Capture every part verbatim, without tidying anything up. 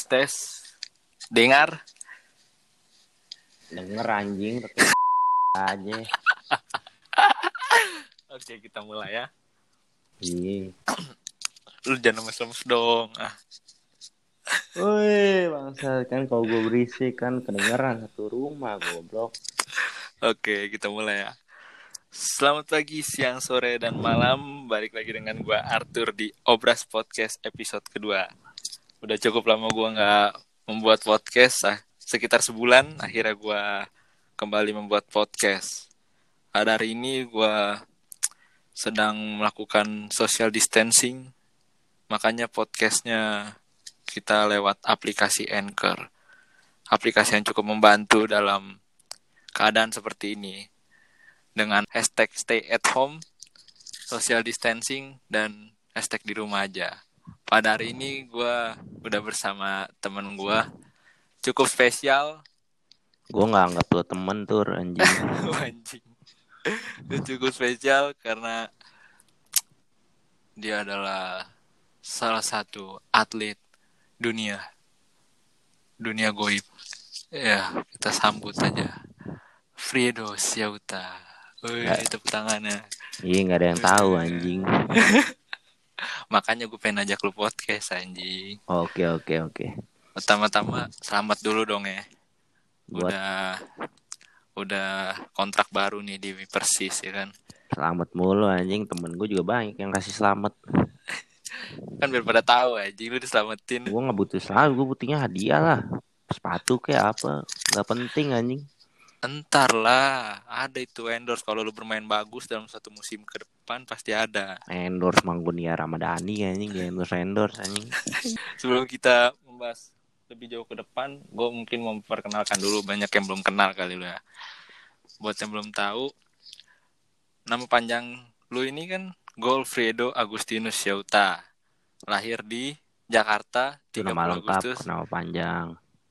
tes. Dengar? Denger anjing pakai aja. Oke, kita mulai ya. Iya. Lu jangan lemes-lemes dong. Ah. Woi, bangsa kan kalau gue berisik kan kedengeran satu rumah goblok. Oke, kita mulai ya. Selamat pagi, siang, sore, dan malam. Balik lagi dengan gue Arthur di Obras Podcast episode kedua. Udah cukup lama gue gak membuat podcast, ah, sekitar sebulan. Akhirnya gue kembali membuat podcast. Pada hari ini gue sedang melakukan social distancing. Makanya podcastnya kita lewat aplikasi Anchor. Aplikasi yang cukup membantu dalam keadaan seperti ini. Dengan hashtag stay at home, social distancing, dan hashtag di rumah aja. Pada hari ini gue udah bersama temen gue. Cukup spesial. Gue nggak anggap lo temen tuh anjing. Anjing. Itu cukup spesial karena dia adalah salah satu atlet dunia. Dunia goib. Ya, kita sambut saja. Fredo Syauta. Wih, tepuk tangannya. Iya, nggak ada yang tahu anjing. Makanya gue pengen ajak lu podcast anjing. Oke oke oke. Pertama-tama selamat dulu dong ya. Buat Udah udah kontrak baru nih di Persis ya kan. selamat mulu anjing, temen gue juga banyak yang kasih selamat. Kan biar pada tahu anjing lu diselamatin. Gue nggak butuh selamat, gue butuhnya hadiah lah. Sepatu kayak apa, nggak penting anjing. Entar lah, ada itu endorse kalau lu bermain bagus dalam satu musim ke depan pasti ada. Endorse Mangkunia Ramadhani anjing, dia endorse endorse anjing. Sebelum kita membahas lebih jauh ke depan, gue mungkin memperkenalkan dulu, banyak yang belum kenal kali lu ya. Buat yang belum tahu, nama panjang lu ini kan Golfredo Agustinus Syauta. Lahir di Jakarta tiga puluh Agustus. Nama panjang.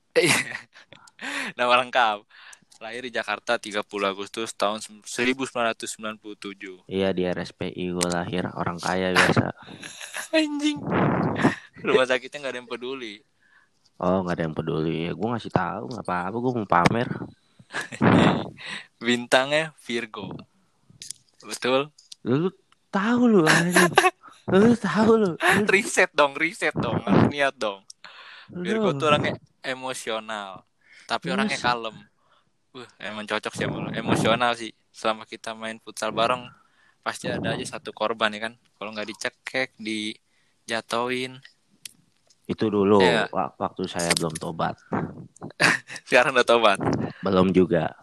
Nama lengkap. Lahir di Jakarta tiga puluh Agustus tahun seribu sembilan ratus sembilan puluh tujuh. Iya, di R S P I gue lahir, orang kaya biasa. Anjing. Rumah sakitnya gak ada yang peduli. Oh, gak ada yang peduli. Ya, gue ngasih tahu, gak apa-apa, gue mau pamer. Bintangnya Virgo. Betul? Lu, lu tahu lu anjing. Lu tahu lu. Riset dong, riset dong. Niat dong. Virgo tuh orangnya emosional, tapi orangnya kalem. Uh, emang cocok sih sama lu. Emosional sih. Selama kita main futsal bareng, pasti ada aja satu korban ya kan. Kalau nggak dicekek, dijatoin. Itu dulu ya. Waktu saya belum tobat. Sekarang udah tobat? Belum juga.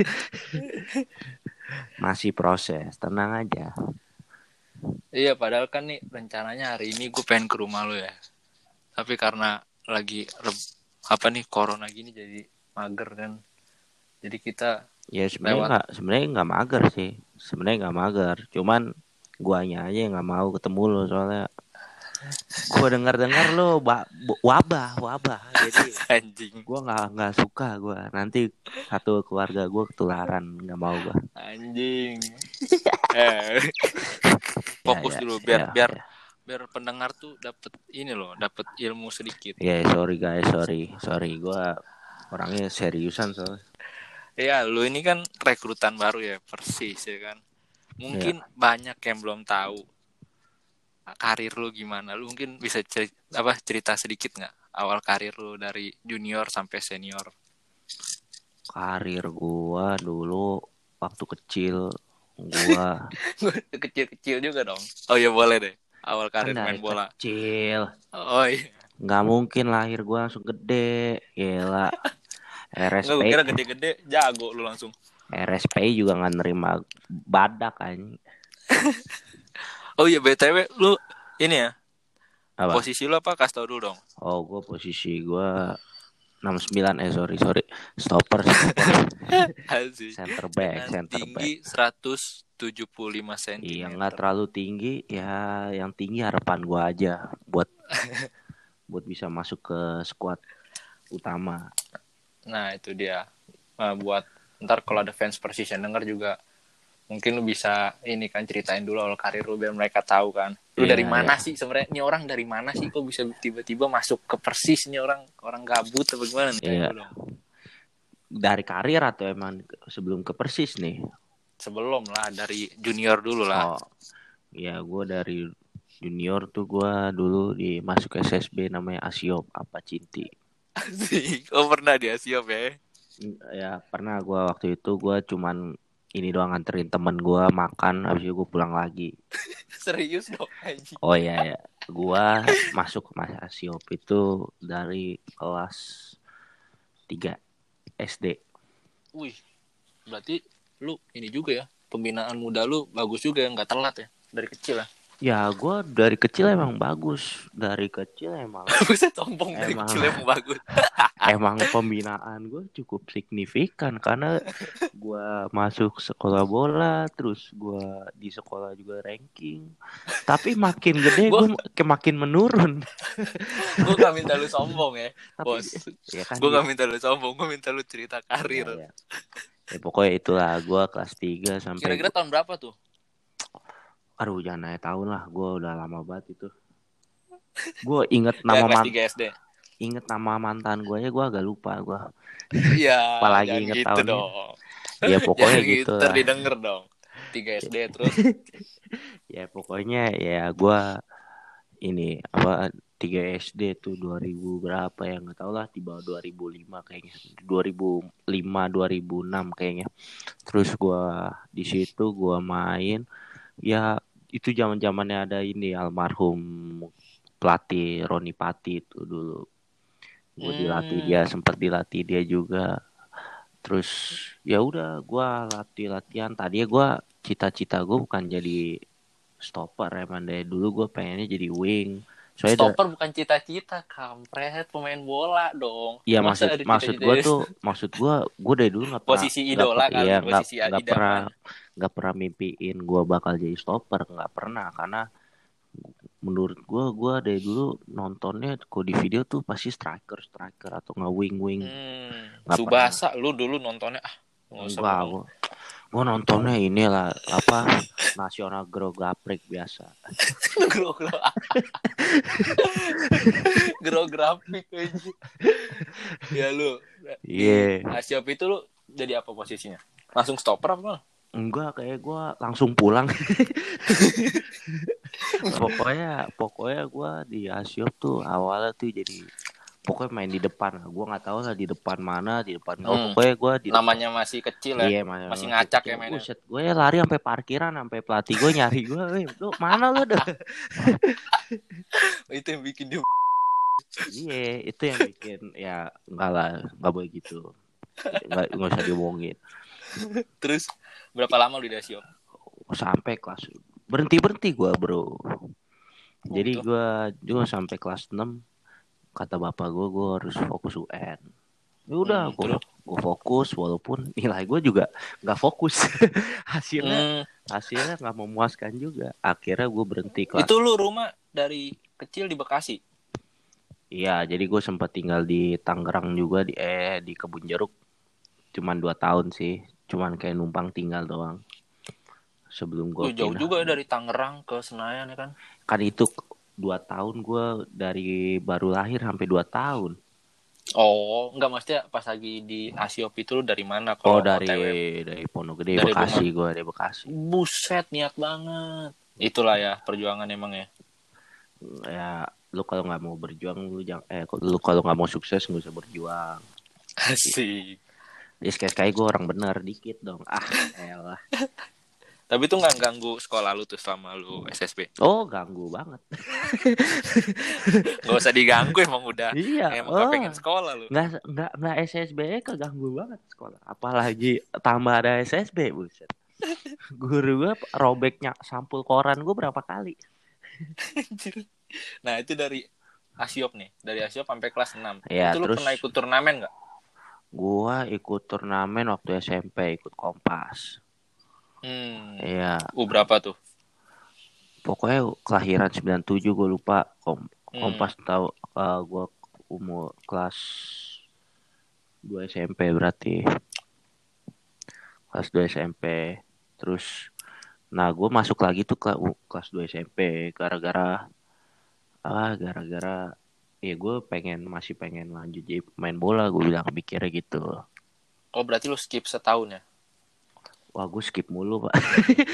Masih proses, tenang aja. Iya, padahal kan nih rencananya hari ini gue pengen ke rumah lu ya. Tapi karena lagi apa nih corona gini jadi mager kan. Jadi kita ya sebenarnya nggak sebenarnya nggak mager sih, sebenarnya nggak mager, cuman guanya aja yang nggak mau ketemu lo soalnya. Gue dengar-dengar lo ba- wabah wabah, jadi anjing. Gue nggak nggak suka gue nanti satu keluarga gue ketularan, nggak mau gue. Anjing. eh. Fokus ya, dulu ya, biar ya, biar ya. biar pendengar tuh dapat ini loh, dapat ilmu sedikit. Ya yeah, sorry guys, sorry sorry gue orangnya seriusan soalnya. Ya, lu ini kan rekrutan baru ya, Persis ya kan. Mungkin ya. Banyak yang belum tahu karir lu gimana. Lu mungkin bisa cerita, apa, cerita sedikit nggak awal karir lu dari junior sampai senior? Karir gua dulu waktu kecil gua kecil-kecil juga dong. Oh ya boleh deh. Awal karir kan main bola. Kecil. Oh iya. Nggak mungkin lahir gua langsung gede, gila. R S P Nggak, kira gede-gede jago lu langsung. R S P I juga nggak nerima badak anjing. Oh iya, B T W lu ini ya. Apa? Posisi lu apa? Kasih tau dulu dong. Oh, gue posisi gue enam puluh sembilan eh sorry sorry stopper stopper. Center back, center tinggi back. seratus tujuh puluh lima sentimeter. Iya, nggak terlalu tinggi ya, yang tinggi harapan gue aja buat buat bisa masuk ke skuad utama. Nah itu dia, nah, buat ntar kalau ada fans Persis yang denger juga Mungkin lu bisa ini kan ceritain dulu awal karir lu biar mereka tahu kan. Lu Iya, dari mana iya. sih sebenarnya? Ini orang dari mana sih kok bisa tiba-tiba masuk ke Persis, ini orang orang gabut atau gimana nih? Tanya Iya. dulu dong. Dari karir atau emang sebelum ke Persis nih? Sebelum lah, dari junior dulu lah. Oh, ya gue dari junior tuh gue dulu di masuk S S B namanya Asiop apa Cinti. Asik. Oh pernah dia siap ya? Ya pernah gue waktu itu gue cuman ini doang nganterin temen gue makan habis itu gue pulang lagi. Serius dong anjing. Oh iya ya, gue masuk ke Mas Asiop itu dari kelas tiga S D. Wih, berarti lu ini juga ya, pembinaan muda lu bagus juga ya, nggak telat ya dari kecil ya. Ya gue dari kecil emang bagus, dari kecil emang Bisa sombong dari emang kecil emang bagus. emang pembinaan gue cukup signifikan karena gue masuk sekolah bola, terus gue di sekolah juga ranking. Tapi makin gede Gue gue makin menurun. gue gak minta lu sombong ya, Tapi bos. ya kan Gue di gak minta lu sombong, gue minta lu cerita ya, karir. ya. Ya pokoknya itulah gue kelas tiga sampai Kira-kira gua, tahun berapa tuh? aduh jangan nanya tahun lah, gue udah lama banget itu. Gue inget Ya nama kelas man, tiga S D. inget nama mantan gue ya gue agak lupa gue. Ya Apalagi jangan inget gitu tahunnya. dong. Ya pokoknya Jangan gitu, gitu ntar lah. didengar dong. Tiga S D terus. Ya pokoknya ya gue ini apa tiga S D tuh dua ribu berapa ya nggak tahu lah di bawah dua ribu lima kayaknya dua ribu lima dua ribu enam kayaknya. Terus gue di situ gue main ya itu zaman zamannya ada ini almarhum pelatih Roni Pati itu dulu. Gue dilatih dia Hmm. sempat dilatih dia juga. Terus ya udah gue latih latihan tadi gue cita-cita gue bukan jadi stopper emang dari dulu gue pengennya jadi wing soalnya da- Stopper bukan cita-cita, kampret, pemain bola dong. iya Masa maksud ada maksud cita-cita gue tuh maksud gue gue dari dulu nggak pernah posisi nggak per, idola iya kali, nggak posisi nggak pernah idaman. nggak pernah mimpiin gue bakal jadi stopper nggak pernah karena menurut gue gue dari dulu nontonnya kok di video tuh pasti striker striker atau nggak wing wing Hmm, nggak pernah Subasa lu dulu nontonnya ah, nggak usah enggak bohong. gue gue nontonnya inilah apa nasional Gro Gaprek biasa. Gro gro gro grafik aja. Ya lu di Iya. Asiop itu lu jadi apa posisinya? Langsung stopper apa? Enggak, kayak gue langsung pulang. pokoknya, pokoknya gue di Asiop tuh awalnya tuh jadi pokoknya main di depan. Gue nggak tahu lah di depan mana, di depan oh Hmm, pokoknya gue di depan. namanya masih kecil ya, Iya, masih, masih masih ngacak kecil. ya mainnya. Buset, gue ya lari sampai parkiran, sampai pelatih gue nyari gue, "Weh, lu mana lu dah?" Itu yang bikin dia. Iya, itu yang bikin ya enggak lah, enggak boleh gitu. Enggak enggak usah diomongin. Terus berapa lama lu di Asiop? Sampai kelas berhenti-berhenti gue, Bro. Oh, Jadi gitu. gue juga sampai kelas enam kata bapak gue gue harus fokus U N. Ya udah Hmm, gue terus gue fokus walaupun nilai gue juga nggak fokus. hasilnya hmm, hasilnya nggak memuaskan juga. Akhirnya gue berhenti kelas. itu lu rumah dari kecil di Bekasi. Iya, jadi gue sempat tinggal di Tangerang juga di eh di Kebun Jeruk. Cuman dua tahun sih. Cuman kayak numpang tinggal doang. Sebelum gue Wih, jauh pindah. juga ya dari Tangerang ke Senayan ya kan? Kan itu dua tahun gue dari baru lahir sampai dua tahun. Oh, enggak maksudnya pas lagi di Asiop itu lu dari mana Oh kalau dari O T W? dari Pondok Gede Dari Bekasi rumah. gue dari Bekasi. Buset, niat banget. Itulah ya perjuangan emang ya. Ya lu kalau nggak mau berjuang lu jangan eh lu kalau nggak mau sukses nggak usah berjuang. Asik. Jadi sekali-sekali gue orang benar dikit dong. Ah elah. Tapi itu nggak ganggu sekolah lu tuh selama lu S S B. Oh ganggu banget. Gak usah diganggu emang udah. Iya. Emang gak Oh pengen sekolah lu. nggak nggak nggak S S B keganggu banget sekolah. Apalagi tambah ada S S B buset. Guru gue robeknya sampul koran gue berapa kali. Nah itu dari Asiop nih. Dari Asiop sampai kelas enam. Ya Itu lu terus pernah ikut turnamen gak? gue ikut turnamen waktu S M P ikut Kompas. Hmm. Iya. Uh berapa tuh? Pokoknya kelahiran sembilan puluh tujuh gue lupa. Kom Kompas Hmm. tahu uh, gue umur kelas dua S M P berarti. Kelas dua S M P. Terus nah gue masuk lagi tuh ke kelas dua S M P gara-gara ah gara-gara ya gue pengen masih pengen lanjut jadi pemain bola, gue bilang mikirnya gitu. Oh berarti lu skip setahun ya? Wah gue skip mulu pak.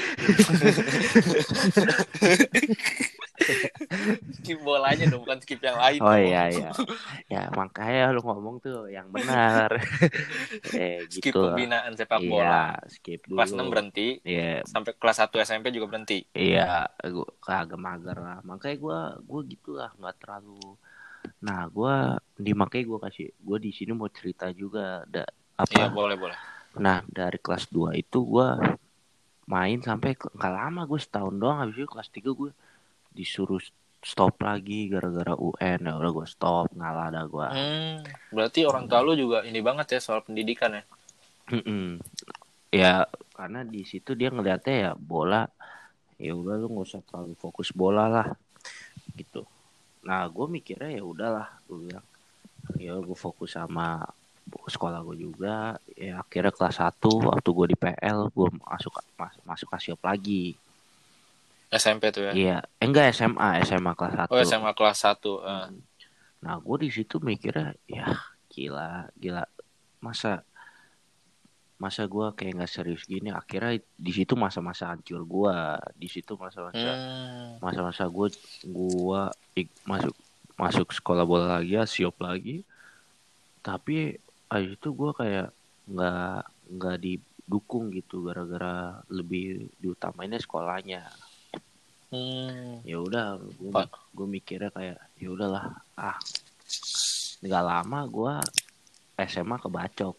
Skip bolanya dong, bukan skip yang lain Oh dong. iya iya. Ya makanya lu ngomong tuh yang benar. eh Skip gitu. pembinaan sepak bola. Iya skip Kelas enam dulu. berhenti, Iya sampai kelas satu S M P juga berhenti. iya gue kagak mager lah. Makanya gue gue gitulah nggak terlalu. Nah gue di makanya gue kasih gue di sini mau cerita juga ada Iya, apa. boleh, boleh. Nah dari kelas dua itu gue main sampai ke- nggak lama, gue setahun doang. Habis itu kelas tiga gue disuruh stop lagi gara-gara U N. Ya udah gue stop, ngalah dah gue. Hmm, berarti orang tua lu juga ini banget ya soal pendidikan ya? Mm-mm. Ya karena di situ dia ngeliatnya ya bola, ya udah lu nggak usah terlalu fokus bola lah gitu. Nah gue mikirnya ya udahlah, gue bilang ya gue fokus sama sekolah gue juga. Ya akhirnya kelas satu waktu gue di P L gue masuk masuk masuk Asiop lagi. S M P tuh ya? Iya, eh, enggak S M A, S M A kelas Oh, satu. S M A kelas satu. Uh. Nah, gue di situ mikirnya, ya gila, gila. Masa masa gue kayak nggak serius gini. Akhirnya di situ masa-masa hancur gue. Di situ masa-masa Hmm. masa-masa gue gue masuk masuk sekolah bola lagi, siop lagi. Tapi abis itu gue kayak nggak nggak didukung gitu gara-gara lebih diutamainnya sekolahnya. Hmm. Ya udah gue gue mikirnya kayak ya udahlah, ah nggak lama gue S M A kebacok.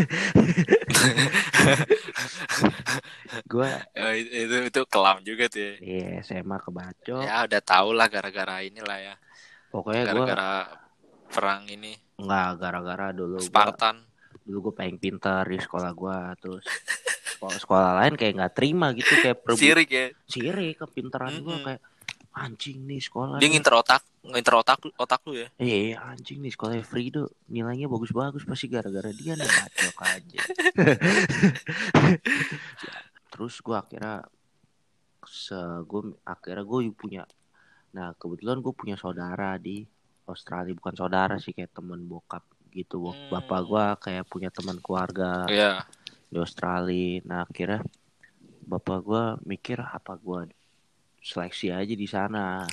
gue oh, itu itu kelam juga tuh ya. Iya S M A kebacok. Ya udah tau lah gara-gara inilah ya. Pokoknya gue Gara-gara perang ini. nggak gara-gara dulu gue Spartan. dulu gue pengen pintar di sekolah gue, terus sekolah, sekolah lain kayak nggak terima gitu, kayak perbu- Sirik ya. sirik kepintaran Mm-mm. gue, kayak anjing nih sekolah dia nginter otak nginter otak otak lu ya. Eh anjing nih sekolah Frido nilainya bagus-bagus, pasti gara-gara dia nih, bacok aja. Terus gue akhirnya se gue akhirnya gue punya, nah kebetulan gue punya saudara di Australia, bukan saudara sih kayak temen bokap gitu. Hmm. Bapak gue kayak punya teman keluarga yeah. di Australia. Nah akhirnya bapak gue mikir apa gue seleksi aja di sana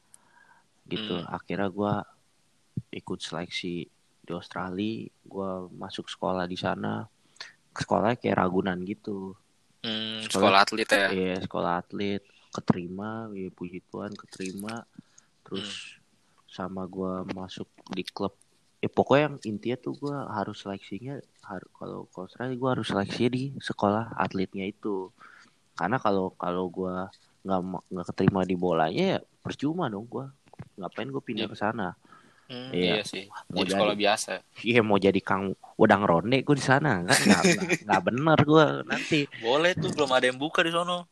gitu. Hmm. Akhirnya gue ikut seleksi di Australia, gue masuk sekolah di sana. Sekolahnya kayak Ragunan gitu. Hmm, sekolah, sekolah atlet ya. Iya, sekolah atlet, keterima, ya puji Tuhan keterima. Terus hmm. sama gue masuk di klub. Ya pokoknya yang intinya tuh gue harus seleksinya, harus kalau ke Australia gue harus seleksi di sekolah atletnya itu. Karena kalau kalau gue nggak nggak keterima di bolanya ya percuma dong gue. Ngapain gue pindah ke sana? Hmm, iya, iya sih. Mau jadi sekolah biasa. Iya mau jadi kang wedang ronde gue di sana kan nggak nggak bener gue nanti. Boleh tuh, belum ada yang buka di sono.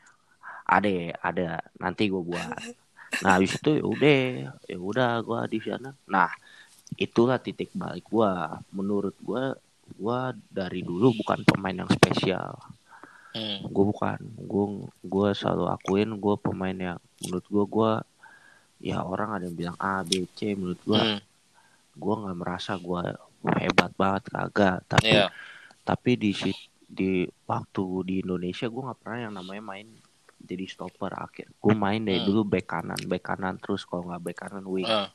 Ada ada nanti gue buat. Nah habis itu ya udah ya udah gue di sana. Nah itulah titik balik gue. Menurut gue gue dari dulu bukan pemain yang spesial. Hmm. Gue bukan. Gue gue selalu akuin gue pemain yang menurut gue gue ya orang ada yang bilang A B C, menurut gue hmm. gue nggak merasa gue hebat banget, kagak. Tapi yeah. tapi di di waktu di Indonesia gue nggak pernah yang namanya main jadi stopper. Akhir gue main dari hmm. dulu back kanan back kanan terus, kalau nggak back kanan wing. Uh.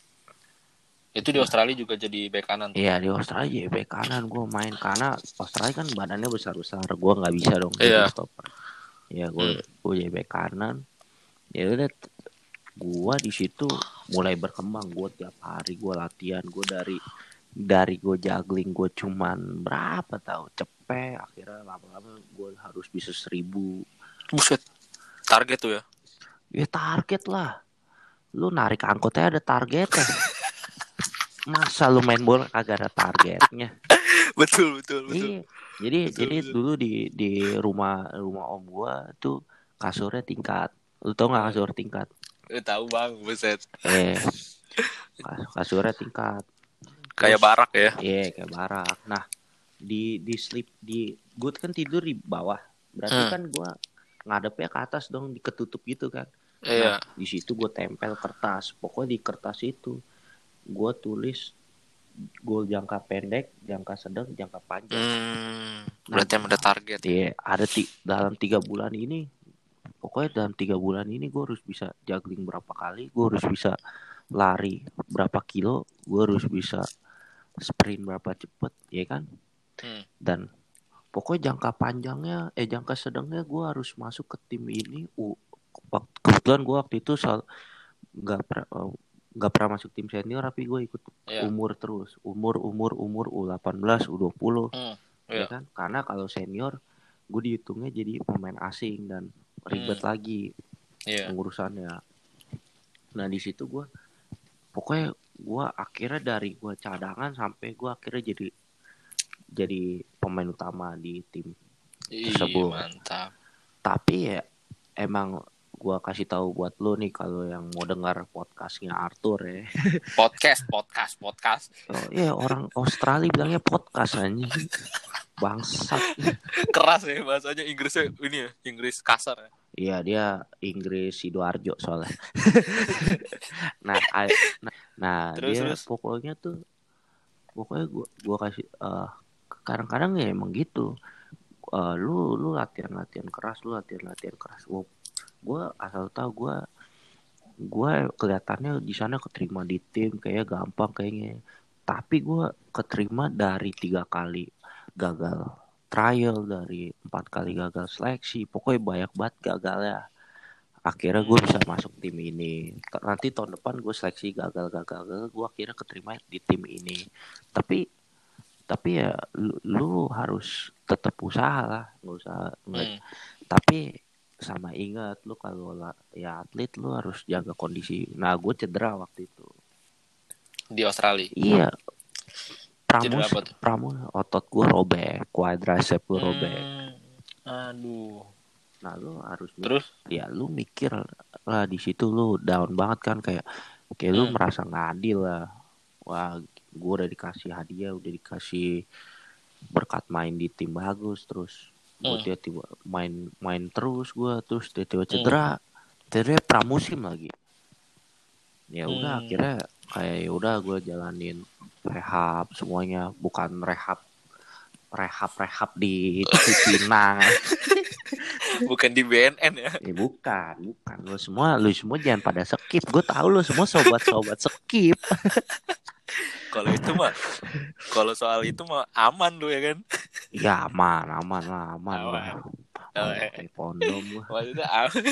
Itu di Australia juga jadi back kanan. Iya di Australia back kanan gue main, karena Australia kan badannya besar besar, gue nggak bisa dong yeah. jadi stopper. Ya gue hmm. gue jadi back kanan. Ya udah gue di situ mulai berkembang. Gue tiap hari gue latihan. Gue dari dari gue juggling gue cuman berapa tahu cepet, akhirnya lama-lama gue harus bisa seribu. Buset, target tuh ya? Ya target lah. Lu narik angkotnya ada targetnya. Masa lu main bola kagak ada targetnya? Betul betul betul. Iya. Jadi betul, jadi betul. dulu di di rumah rumah om gue tuh kasurnya tingkat. Lu tau nggak kasur tingkat? Eh, tahu bang, buset. Eh, kasurnya tingkat. Kayak terus, barak ya? Iya, kayak barak. Nah, di di sleep di gue kan tidur di bawah. Berarti hmm. kan gue ngadepnya ke atas dong, diketutup gitu kan. Iya. Nah di situ gue tempel kertas, pokoknya di kertas itu gue tulis goal jangka pendek, jangka sedang, jangka panjang. Hmm, Nah berarti emang ada target ya. dia ada ti- dalam tiga bulan ini, pokoknya dalam tiga bulan ini gue harus bisa juggling berapa kali, gue harus bisa lari berapa kilo, gue harus bisa sprint berapa cepet, ya kan. Hmm. Dan pokoknya jangka panjangnya, eh jangka sedangnya gue harus masuk ke tim ini. Uh, kebetulan gue waktu itu soal nggak pernah nggak pernah masuk tim senior, tapi gue ikut Iya. umur terus, umur umur umur U delapan belas, U dua puluh, Hmm. ya Iya. kan. Karena kalau senior gue dihitungnya jadi pemain asing dan ribet Hmm. lagi Iya. pengurusannya. Nah di situ gue pokoknya gue akhirnya dari gue cadangan sampai gue akhirnya jadi jadi pemain utama di tim Ih, tersebut. mantap. Tapi ya emang gue kasih tahu buat lo nih, kalau yang mau dengar podcastnya Arthur ya. Podcast, podcast, podcast. Oh iya, orang Australia bilangnya podcast anjing. Bangsat. Keras ya bahasanya, Inggrisnya ini ya, Inggris kasar ya. Iya, dia Inggris Sidoarjo soalnya. nah, I, nah, nah Terus dia terus. pokoknya tuh pokoknya gua gua kasih uh, kadang-kadang ya emang gitu. Uh, lu lu latihan latihan keras, lu latihan latihan keras. Gua, gua asal tahu gua gua kelihatannya di sana keterima di tim kayak gampang kayaknya. Tapi gua keterima dari tiga kali gagal trial, dari empat kali gagal seleksi. Pokoknya banyak banget gagalnya. Akhirnya gue bisa masuk tim ini. Nanti tahun depan gue seleksi gagal-gagal, gue akhirnya keterima di tim ini. Tapi tapi ya lu, lu harus tetap usaha lah, nggak usah nggak. Hmm. Tapi sama ingat, lu kalau ya atlet lu harus jaga kondisi. Nah gue cedera waktu itu Di Australia. iya. Cedera Pramus apa tuh? pramus otot gue robek, quadricep gue robek. Hmm. Aduh. Nah lu harus Terus? ya lu mikir lah, di situ lu down banget kan, kayak kayak lu Hmm. merasa nggak adil lah. Wah, gue udah dikasih hadiah, udah dikasih berkat main di tim bagus, terus gue Hmm. tiba-tiba main main terus gue, terus tiba-tiba Hmm. cedera, cedera pramusim lagi. Ya udah Hmm. akhirnya kayak ya udah gue jalanin rehab semuanya, bukan rehab rehab rehab di Cipinang. Bukan di B N N ya. Eh, bukan, bukan. Lu semua, lu semua jangan pada skip. Gue tahu lu semua sobat-sobat skip. Kalau itu mah, kalau soal itu mah aman lu ya kan? Ya aman, aman lah, aman Aman. lah. Oh, Oh, eh. pakai kondom gua. Maksudnya aman.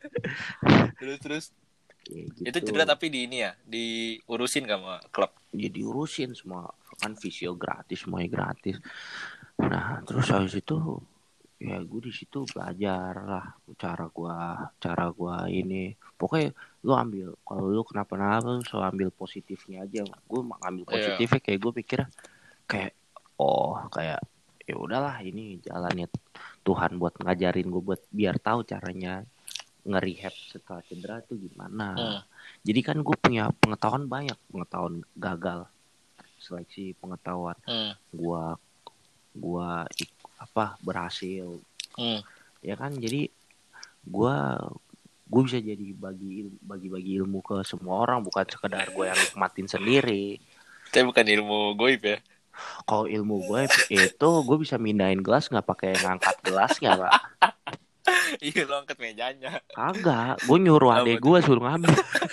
terus terus. Ya, gitu. Itu cedera tapi di ini ya, diurusin gak sama klub? Ya diurusin semua, kan visio gratis, semuanya gratis. Nah, terus habis itu ya gue di situ belajar lah cara gua, cara gua ini. Pokoknya lu ambil, kalau lu kenapa-napa lu selalu ambil positifnya aja. Gue ngambil positifnya, kayak gue pikir kayak oh kayak ya udahlah, ini jalannya Tuhan buat ngajarin gue buat biar tahu caranya nge-rehab setelah cedera itu gimana. Hmm. Jadi kan gue punya pengetahuan banyak, pengetahuan gagal seleksi, pengetahuan hmm. gua gua apa berhasil. Hmm. Ya kan, jadi gua gue bisa jadi bagi bagi-bagi ilmu ke semua orang, bukan sekedar gue yang nikmatin sendiri. Tapi bukan ilmu goib ya. Kalau ilmu gue itu gue bisa mindahin gelas nggak pakai ngangkat gelasnya, Pak. Iya, lo angkat mejanya. Kagak, gue nyuruh adek gue suruh ngambil.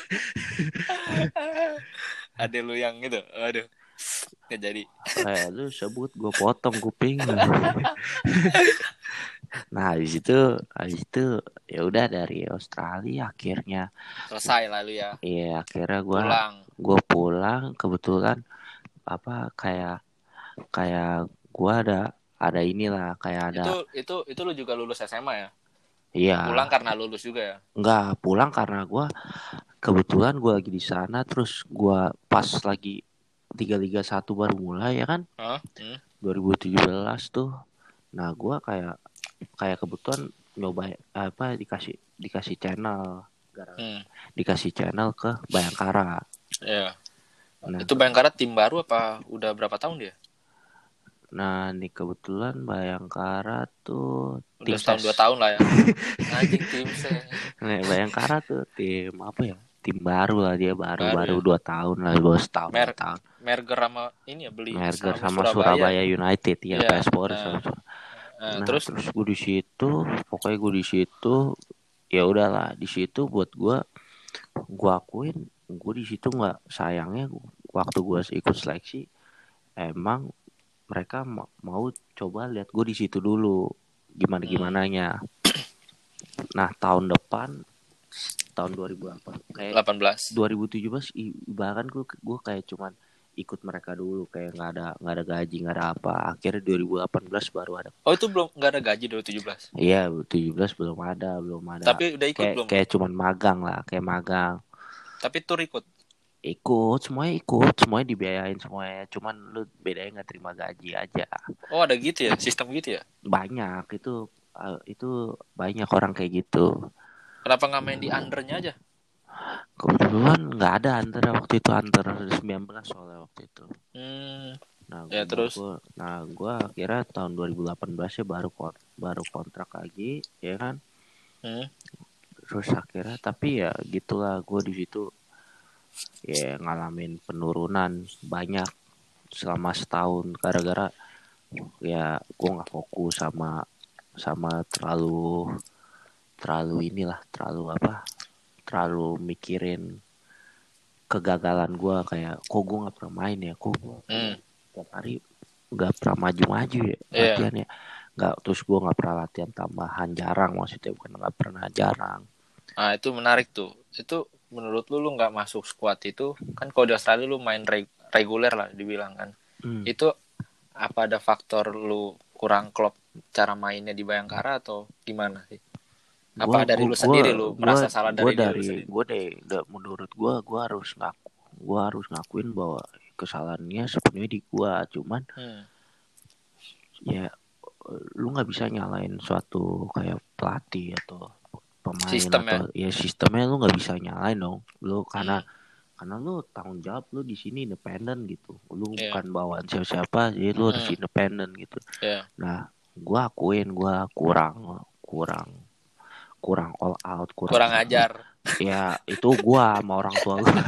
Adek lu yang itu, aduh, nggak jadi. Eh, lu sebut gue potong kuping. Nah, habis itu, habis itu ya udah dari Australia akhirnya selesai lalu ya. Iya, akhirnya gue pulang. Gue pulang kebetulan apa kayak kayak gue ada ada inilah kayak ada. Itu itu itu lu juga lulus S M A ya? Iya. Pulang karena lulus juga ya? Enggak, pulang karena gue kebetulan gue lagi di sana, terus gue pas lagi tiga Liga satu baru mulai ya kan? Huh? Hmm? dua ribu tujuh belas tuh. Nah, gue kayak kayak kebetulan nyoba apa dikasih dikasih channel, hmm. dikasih channel ke Bayangkara. Iya. Nah, itu Bayangkara tim baru apa udah berapa tahun dia? Nah, nih kebetulan Bayangkara tuh Udah tim setahun ses. dua tahun lah ya. Anjing tim ses. Nih, Bayangkara tuh tim apa ya? Tim baru lah, dia baru Baru baru ya. dua tahun lah, baru setahun dua Mer tahun. merger sama ini ya, beli Merger sahamnya sama Surabaya. Surabaya United ya, Iya. P S Sport Nah, sama. nah, Nah, terus terus gue di situ, pokoknya gue di situ, ya udahlah di situ buat gue, gue akuin, gue di situ nggak, sayangnya waktu gue ikut seleksi, emang mereka ma- mau coba lihat gue di situ dulu, gimana hmm, gimananya. Nah, tahun depan, tahun dua ribu delapan, kayak delapan belas. dua ribu tujuh belas, bahkan gue gue kayak cuman ikut mereka dulu, kayak nggak ada nggak ada gaji, nggak ada apa. Akhirnya dua ribu delapan belas baru ada. Oh, itu belum nggak ada gaji dua ribu tujuh belas. Iya, tujuh belas belum ada, belum ada. Tapi udah ikut Kayak belum lu? kayak cuman magang lah, kayak magang. Tapi tur ikut. Ikut, semuanya ikut, semuanya dibiayain semuanya. Cuman lu bedanya nggak terima gaji aja. Oh, ada gitu ya, sistem gitu ya. Banyak itu uh, itu banyak orang kayak gitu. Kenapa nggak main di undernya aja? Kebetulan nggak ada antara waktu itu, antara sembilan belas soalnya waktu itu. Hmm, Nah, ya nah terus. gue, nah gue kira tahun dua ribu delapan belas ya baru kon, baru kontrak lagi, ya kan? Hmm. Terus akhirnya, tapi ya gitulah, gue di situ ya ngalamin penurunan banyak selama setahun, gara-gara ya gue nggak fokus sama sama terlalu terlalu inilah, terlalu apa, terlalu mikirin kegagalan gue, kayak kok gue nggak pernah main ya, kok gue Hmm. tiap hari nggak pernah maju-maju ya Iya. latihannya, nggak, terus gue nggak pernah latihan tambahan, jarang, maksudnya bukan nggak pernah, jarang. Nah, itu menarik tuh. Itu menurut lu, lu nggak masuk squad itu kan, kalau di Australia lu main reg- reguler lah dibilang kan. Hmm. Itu apa ada faktor lu kurang klop cara mainnya di Bayangkara atau gimana sih? Gua Apa dari gua lu gua sendiri lu gua merasa salah gua dari diri lu dari sendiri? gua deh, da- menurut gua gua harus ngaku, gua harus ngakuin bahwa kesalahannya sepenuhnya di gua. Cuman Hmm. ya lu nggak bisa nyalain suatu kayak pelatih atau pemain Sistem ya. atau ya sistemnya, lu nggak bisa nyalain dong lu, karena Hmm. karena lu tanggung jawab, lu di sini independen gitu, lu Iya. bukan bawaan siapa-siapa, jadi lu harus Hmm. independen gitu. Iya. Nah, gua akuin gua kurang kurang kurang all out, kurang, Kurang ajar. ya itu gua sama orang tua gua.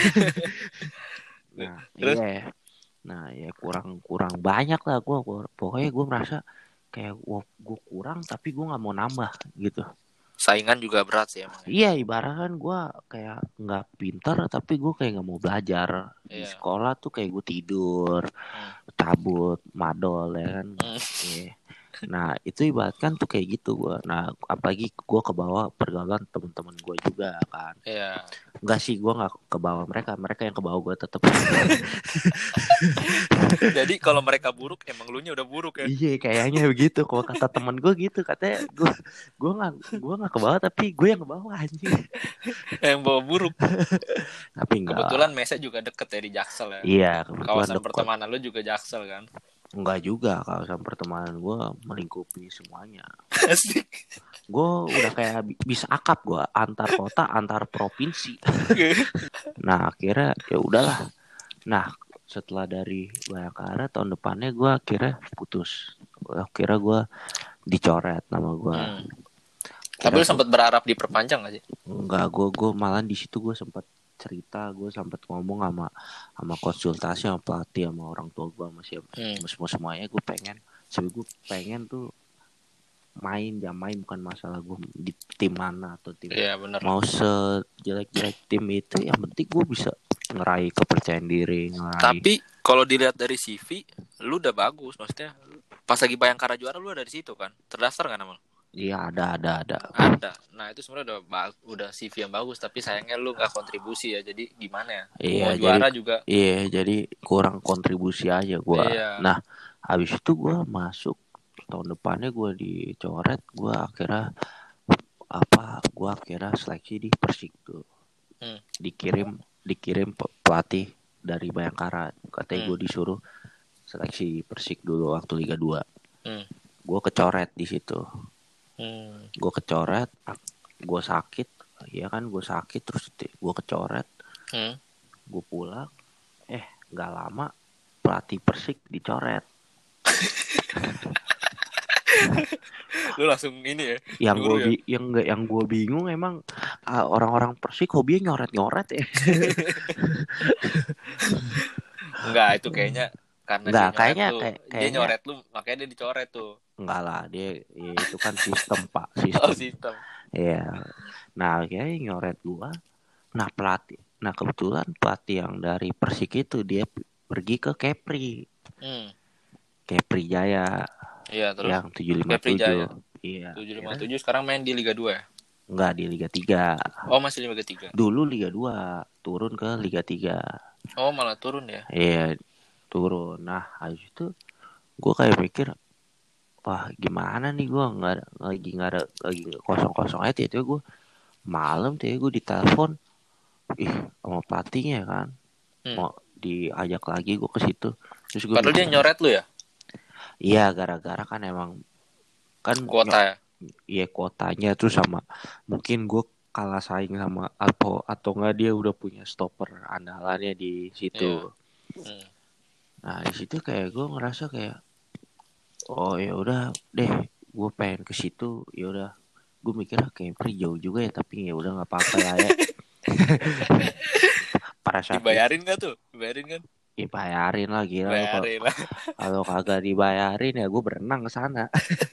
Nah, Terus iya. Nah, ya kurang kurang banyak lah gua, gua pokoknya gua merasa kayak gua, gua kurang tapi gua nggak mau nambah gitu. saingan juga berat sih emang ya. Iya, ibarat kan gua kayak nggak pintar tapi gua kayak nggak mau belajar. Di Iya. sekolah tuh kayak gua tidur, Hmm. cabut, madol ya kan. Hmm. Iya. Nah, itu ibaratkan tuh kayak gitu gua. Nah, apalagi gua ke bawah pergaulan temen-temen gua juga kan. Iya. Enggak sih, gue nggak ke bawah mereka, mereka yang ke bawah gue tetap. Jadi kalau mereka buruk, emang lu nya udah buruk ya. Iya, kayaknya begitu. Kalau kata teman gue gitu, katanya gue gue nggak gue nggak ke bawah tapi gue yang ke bawah anjing. Yang bawa buruk. Tapi enggak. Kebetulan Mesa juga deket ya di Jaksel ya. Iya, kebetulan Kawasan dekat. pertemanan lu juga Jaksel kan. Enggak juga, kalau sama pertemanan gue melingkupi semuanya. Asik. Gue udah kayak bisa akap gue, antar kota, antar provinsi. Nah, akhirnya ya udahlah. Nah, setelah dari Bayangkara tahun depannya gue akhirnya putus. Akhirnya gue dicoret nama gue. Hmm. Tapi lu sempat berharap diperpanjang gak sih? Enggak, gue gue malah di situ gue sempat cerita, gue sempat ngomong sama sama konsultasi sama pelatih, sama orang tua gue, sama siapa, Hmm. semua semuanya gue pengen, sebenernya gue pengen tuh main, jam main, bukan masalah gue di tim mana atau tim, Iya, bener. mau sejelek-jelek tim itu, yang penting gue bisa ngeraih kepercayaan diri, ngeraih. Tapi kalau dilihat dari C V, lu udah bagus, maksudnya pas lagi Bayangkara juara lu ada di situ kan? Terdaftar nggak nama lu? Iya, ada ada ada. Ada. Nah, itu sebenarnya udah bag- udah C V yang bagus, tapi sayangnya lu nggak kontribusi ya. Jadi gimana ya? Iya, Mau jadi juara juga. iya, jadi kurang kontribusi aja gue. Iya. Nah, habis itu gue masuk tahun depannya gue dicoret, gue akhirnya apa? Gue akhirnya seleksi di Persik tuh. Hmm. Dikirim dikirim pe- pelatih dari Bayangkara, katanya Hmm. gue disuruh seleksi Persik dulu waktu Liga dua. Hmm. Gue kecoret di situ. Hmm. Gue kecoret, gue sakit, ya kan, gue sakit terus gue kecoret, Hmm. gue pulang, eh nggak lama pelatih Persik dicoret. Lu langsung ini ya. Yang gue Nyuruh ya. bi- yang nggak yang gue bingung emang ah, orang-orang Persik hobinya nyoret-nyoret ya. Enggak, itu kayaknya karena dia Nggak, nyoret kayaknya lu. kayak Dia kayaknya nyoret lu, makanya dia dicoret tuh. enggak lah, dia ya itu kan sistem Pak, Oh, sistem. sistem. Iya. Nah, kayaknya nyoret gua. Nah, pelatih. Nah, kebetulan pelatih yang dari Persik itu dia p- pergi ke Kepri. Hmm. Kepri Jaya Iya, terus yang tujuh lima Kepri tujuh. Jaya. Iya, tujuh lima akhirnya tujuh sekarang main di Liga dua ya? enggak di Liga tiga. Oh, masih Liga tiga. Dulu Liga dua, turun ke Liga tiga. Oh, malah turun ya? Iya, turun. Nah, habis itu gua kayak mikir, wah gimana nih gua nggak ada- lagi nggak ada lagi kosong-kosong aja itu gua malam tuh ya gue ditelepon ih sama pelatihnya kan Hmm. mau diajak lagi gue ke situ terus gue Padahal dia mikir nyoret lu ya? iya gara-gara kan emang kan Kuota ya? iya kuotanya tuh sama mungkin gue kalah saing sama Alpo atau enggak dia udah punya stopper andalannya di situ. Iya. Hmm. Nah di situ kayak gue ngerasa kayak oh ya udah deh gue pengen ke situ ya udah gue mikirnya kayak jauh juga ya tapi ya udah nggak apa-apa lah ya. Pada saat itu Dibayarin gak tuh? Dibayarin kan? dibayarin lah gila lu kalau Bayarin lah. kalau kagak dibayarin ya gue berenang ke sana.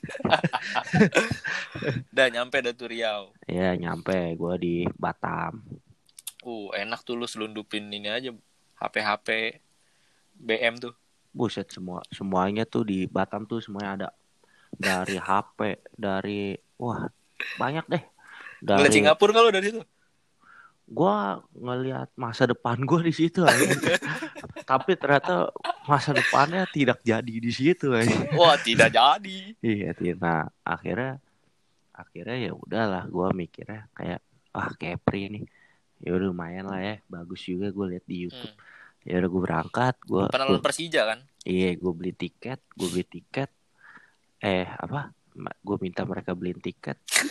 Udah nyampe dah tuh Riau. Ya nyampe gue di Batam. Uh, enak tuh lu selundupin ini aja H P H P B M tuh. Buset semua semuanya tuh di Batam tuh semuanya ada dari H P dari wah banyak deh Ngeliat dari Singapura kalau dari situ. gue ngelihat masa depan gue di situ aja. Tapi ternyata masa depannya tidak jadi di situ aja. Wah, tidak jadi. Iya, nah akhirnya akhirnya ya udahlah gue mikirnya kayak ah Kepri nih ya udah lumayan lah ya bagus juga gue lihat di YouTube. Hmm. Ya udah gue berangkat gue Pernah nonton Persija kan? iya gue beli tiket gue beli tiket eh apa gue minta mereka beliin tiket.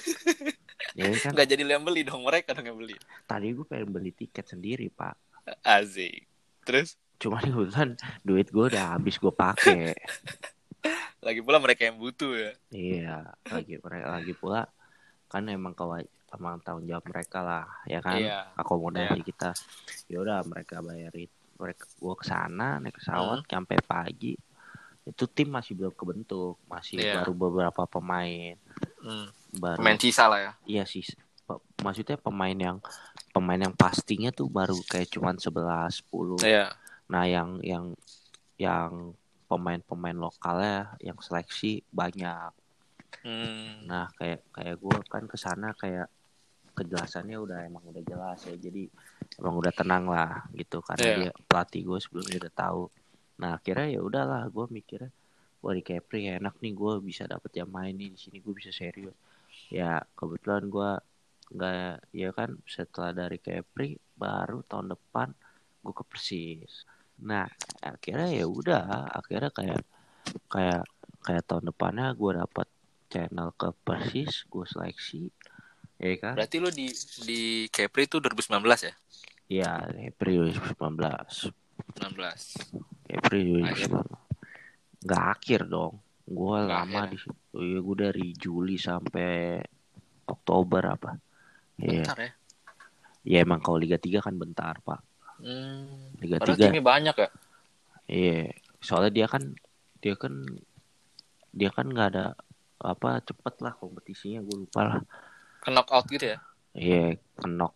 Ya kan Nggak jadi lu yang beli dong, mereka dong yang beli. tadi gue pengen beli tiket sendiri pak Asik. Terus cuma kebetulan duit gue udah habis gue pakai. lagi pula mereka yang butuh ya. Iya lagi lagi pula kan emang kawaj emang tanggung jawab mereka lah ya kan Iya. akomodasi Iya. kita ya udah mereka bayarin mereka gue kesana naik pesawat Hmm. sampai pagi itu tim masih belum kebentuk masih Iya. baru beberapa pemain Hmm. baru Pemain sisa lah ya. iya sih pe- maksudnya pemain yang pemain yang pastinya tuh baru kayak cuman sebelas sepuluh. Iya. Nah yang yang yang pemain-pemain lokalnya yang seleksi banyak. Hmm. Nah kayak kayak gue kan kesana kayak kejelasannya udah emang udah jelas ya jadi emang udah tenang lah gitu karena Iya. dia pelatih gue sebelumnya udah tahu. Nah akhirnya ya udahlah gue mikirnya wah di Kepri enak nih gue bisa dapet yang main nih di sini gue bisa serius. Ya kebetulan gue nggak ya kan setelah dari Kepri baru tahun depan gue ke Persis. Nah akhirnya ya udah akhirnya kayak kayak kayak tahun depannya gue dapat channel ke Persis gue seleksi ya kan. Berarti lu di di Kepri itu dua ribu sembilan belas ya? Iya Kepri dua ribu sembilan belas. sembilan belas. Kepri dua ribu Akhir. sembilan belas. Nggak akhir dong. Gue Nggak lama akhir. di situ. Ya gue dari Juli sampai Oktober apa. Iya. Bentar ya. Ya emang kalau Liga tiga kan bentar pak. Hmm. Liga Padahal tiga timnya banyak ya. iya. Soalnya dia kan dia kan dia kan nggak ada apa cepet lah kompetisinya gue lupa lah. Ke knockout gitu ya. Iya kenok.